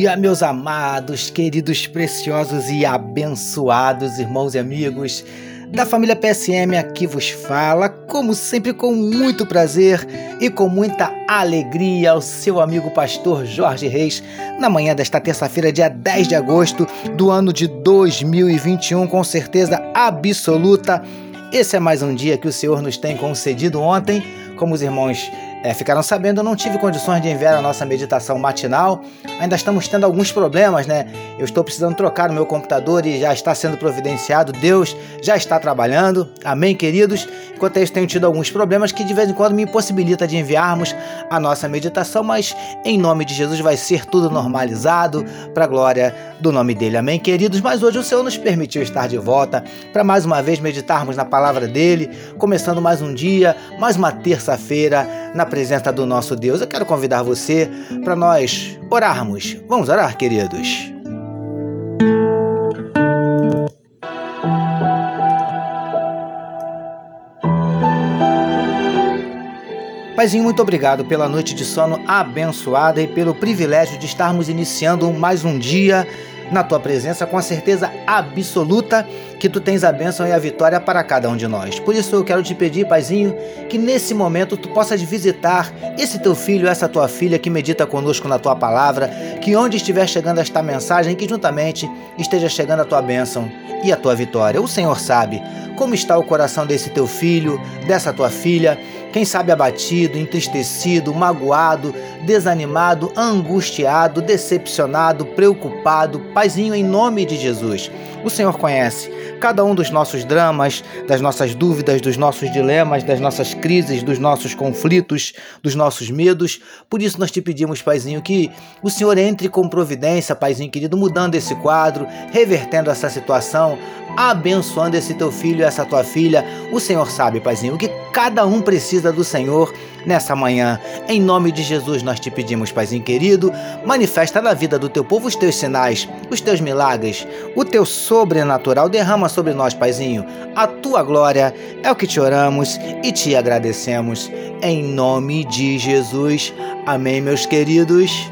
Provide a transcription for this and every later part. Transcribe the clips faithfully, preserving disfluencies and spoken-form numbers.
dia, meus amados, queridos, preciosos e abençoados irmãos e amigos da família P S M. Aqui vos fala, como sempre, com muito prazer e com muita alegria, o seu amigo pastor Jorge Reis, na manhã desta terça-feira, dia dez de agosto do ano de dois mil e vinte e um, com certeza absoluta. Esse é mais um dia que o Senhor nos tem concedido. Ontem, como os irmãos é, ficaram sabendo, eu não tive condições de enviar a nossa meditação matinal. Ainda estamos tendo alguns problemas, né? Eu estou precisando trocar o meu computador e já está sendo providenciado. Deus já está trabalhando. Amém, queridos? Enquanto isso, tenho tido alguns problemas que de vez em quando me impossibilita de enviarmos a nossa meditação, mas em nome de Jesus vai ser tudo normalizado para a glória do nome dele. Amém, queridos? Mas hoje o Senhor nos permitiu estar de volta para mais uma vez meditarmos na palavra dele, começando mais um dia, mais uma terça-feira na presença do nosso Deus. Eu quero convidar você para nós orarmos. Vamos orar, queridos? Paizinho, muito obrigado pela noite de sono abençoada e pelo privilégio de estarmos iniciando mais um dia na tua presença, com a certeza absoluta que tu tens a bênção e a vitória para cada um de nós. Por isso eu quero te pedir, Paizinho, que nesse momento tu possas visitar esse teu filho, essa tua filha que medita conosco na tua palavra, que onde estiver chegando esta mensagem, que juntamente esteja chegando a tua bênção e a tua vitória. O Senhor sabe como está o coração desse teu filho, dessa tua filha, quem sabe abatido, entristecido, magoado, desanimado, angustiado, decepcionado, preocupado. Paizinho, em nome de Jesus, o Senhor conhece cada um dos nossos dramas, das nossas dúvidas, dos nossos dilemas, das nossas crises, dos nossos conflitos, dos nossos medos. Por isso nós te pedimos, Paizinho, que o Senhor entre com providência, Paizinho querido, mudando esse quadro, revertendo essa situação, abençoando esse teu filho e essa tua filha. O Senhor sabe, Paizinho, o que cada um precisa do Senhor nessa manhã. Em nome de Jesus nós te pedimos, Paizinho querido, manifesta na vida do teu povo os teus sinais, os teus milagres, o teu sobrenatural. Derrama sobre nós, Paizinho, a tua glória. É o que te oramos e te agradecemos. Em nome de Jesus. Amém, meus queridos.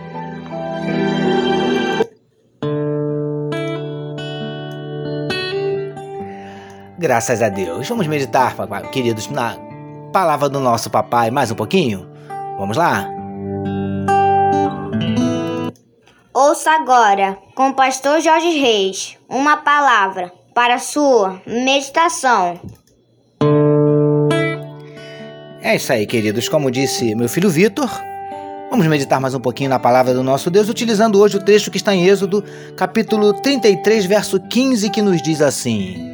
Graças a Deus. Vamos meditar, papai, queridos, na palavra do nosso papai mais um pouquinho? Vamos lá? Ouça agora, com o pastor Jorge Reis, uma palavra para a sua meditação. É isso aí, queridos. Como disse meu filho Vitor, vamos meditar mais um pouquinho na palavra do nosso Deus, utilizando hoje o trecho que está em Êxodo, capítulo trinta e três, verso quinze, que nos diz assim: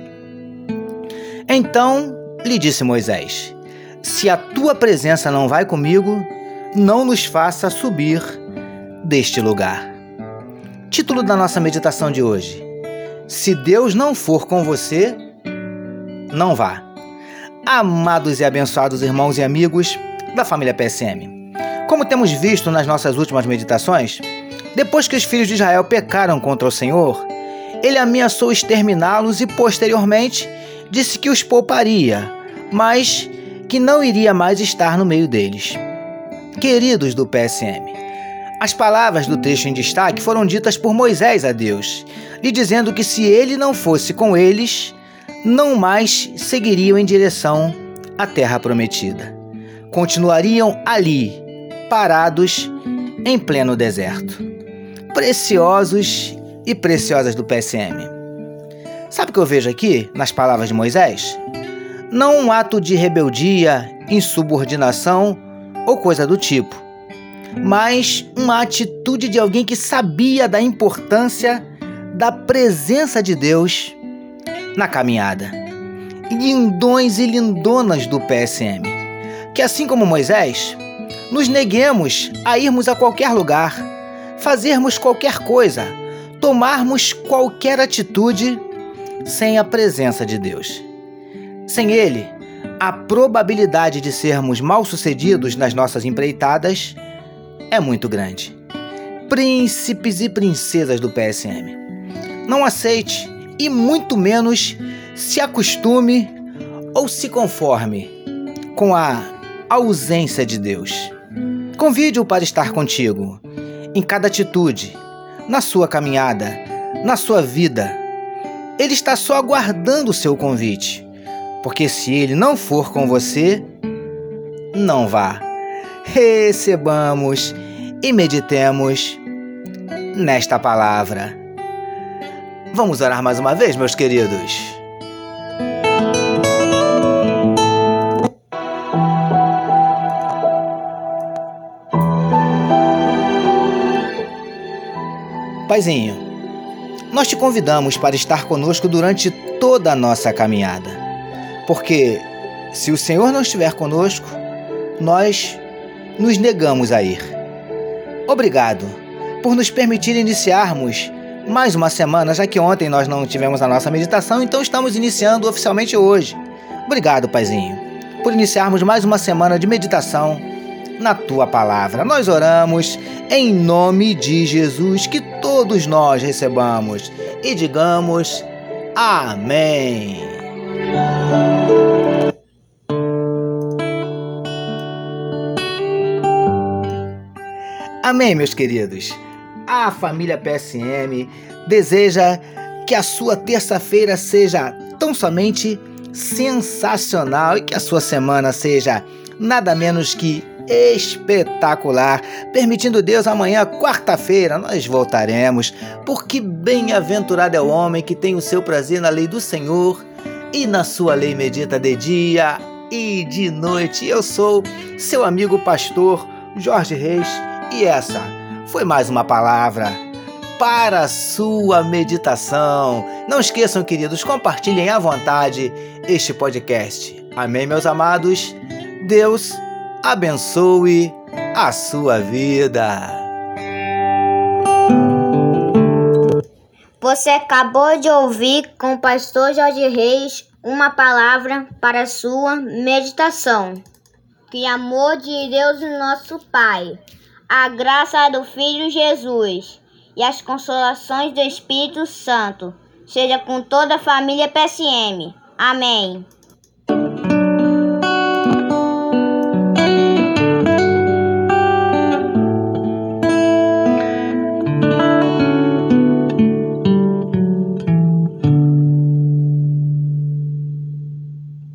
Então lhe disse Moisés: Se a tua presença não vai comigo, não nos faça subir deste lugar. Título da nossa meditação de hoje: Se Deus não for com você, não vá. Amados e abençoados irmãos e amigos da família P S M, como temos visto nas nossas últimas meditações, depois que os filhos de Israel pecaram contra o Senhor, ele ameaçou exterminá-los e posteriormente disse que os pouparia, mas que não iria mais estar no meio deles. Queridos do P S M, as palavras do trecho em destaque foram ditas por Moisés a Deus, lhe dizendo que se ele não fosse com eles, não mais seguiriam em direção à terra prometida. Continuariam ali, parados em pleno deserto. Preciosos e preciosas do P S M. Sabe o que eu vejo aqui, nas palavras de Moisés? Não um ato de rebeldia, insubordinação ou coisa do tipo, mas uma atitude de alguém que sabia da importância da presença de Deus na caminhada. Lindões e lindonas do P S M, que assim como Moisés, nos neguemos a irmos a qualquer lugar, fazermos qualquer coisa, tomarmos qualquer atitude sem a presença de Deus. Sem Ele, a probabilidade de sermos mal-sucedidos nas nossas empreitadas é muito grande. Príncipes e princesas do P S M, não aceite e muito menos se acostume ou se conforme com a ausência de Deus. Convide-o para estar contigo em cada atitude, na sua caminhada, na sua vida. Ele está só aguardando o seu convite, porque se ele não for com você, não vá. Recebamos e meditemos nesta palavra. Vamos orar mais uma vez, meus queridos? Paizinho, nós te convidamos para estar conosco durante toda a nossa caminhada, porque se o Senhor não estiver conosco, nós nos negamos a ir. Obrigado por nos permitir iniciarmos mais uma semana, já que ontem nós não tivemos a nossa meditação, então estamos iniciando oficialmente hoje. Obrigado, Paizinho, por iniciarmos mais uma semana de meditação na Tua Palavra. Nós oramos em nome de Jesus, que todos nós recebamos e digamos amém. Amém, meus queridos. A família P S M deseja que a sua terça-feira seja tão somente sensacional e que a sua semana seja nada menos que espetacular. Permitindo Deus, amanhã, quarta-feira, nós voltaremos, porque bem-aventurado é o homem que tem o seu prazer na lei do Senhor e na sua lei medita de dia e de noite. Eu sou seu amigo pastor Jorge Reis e essa foi mais uma palavra para a sua meditação. Não esqueçam, queridos, compartilhem à vontade este podcast. Amém, meus amados? Deus abençoe a sua vida. Você acabou de ouvir com o pastor Jorge Reis uma palavra para a sua meditação. Que o amor de Deus, nosso Pai, a graça do Filho Jesus e as consolações do Espírito Santo seja com toda a família P S M. Amém.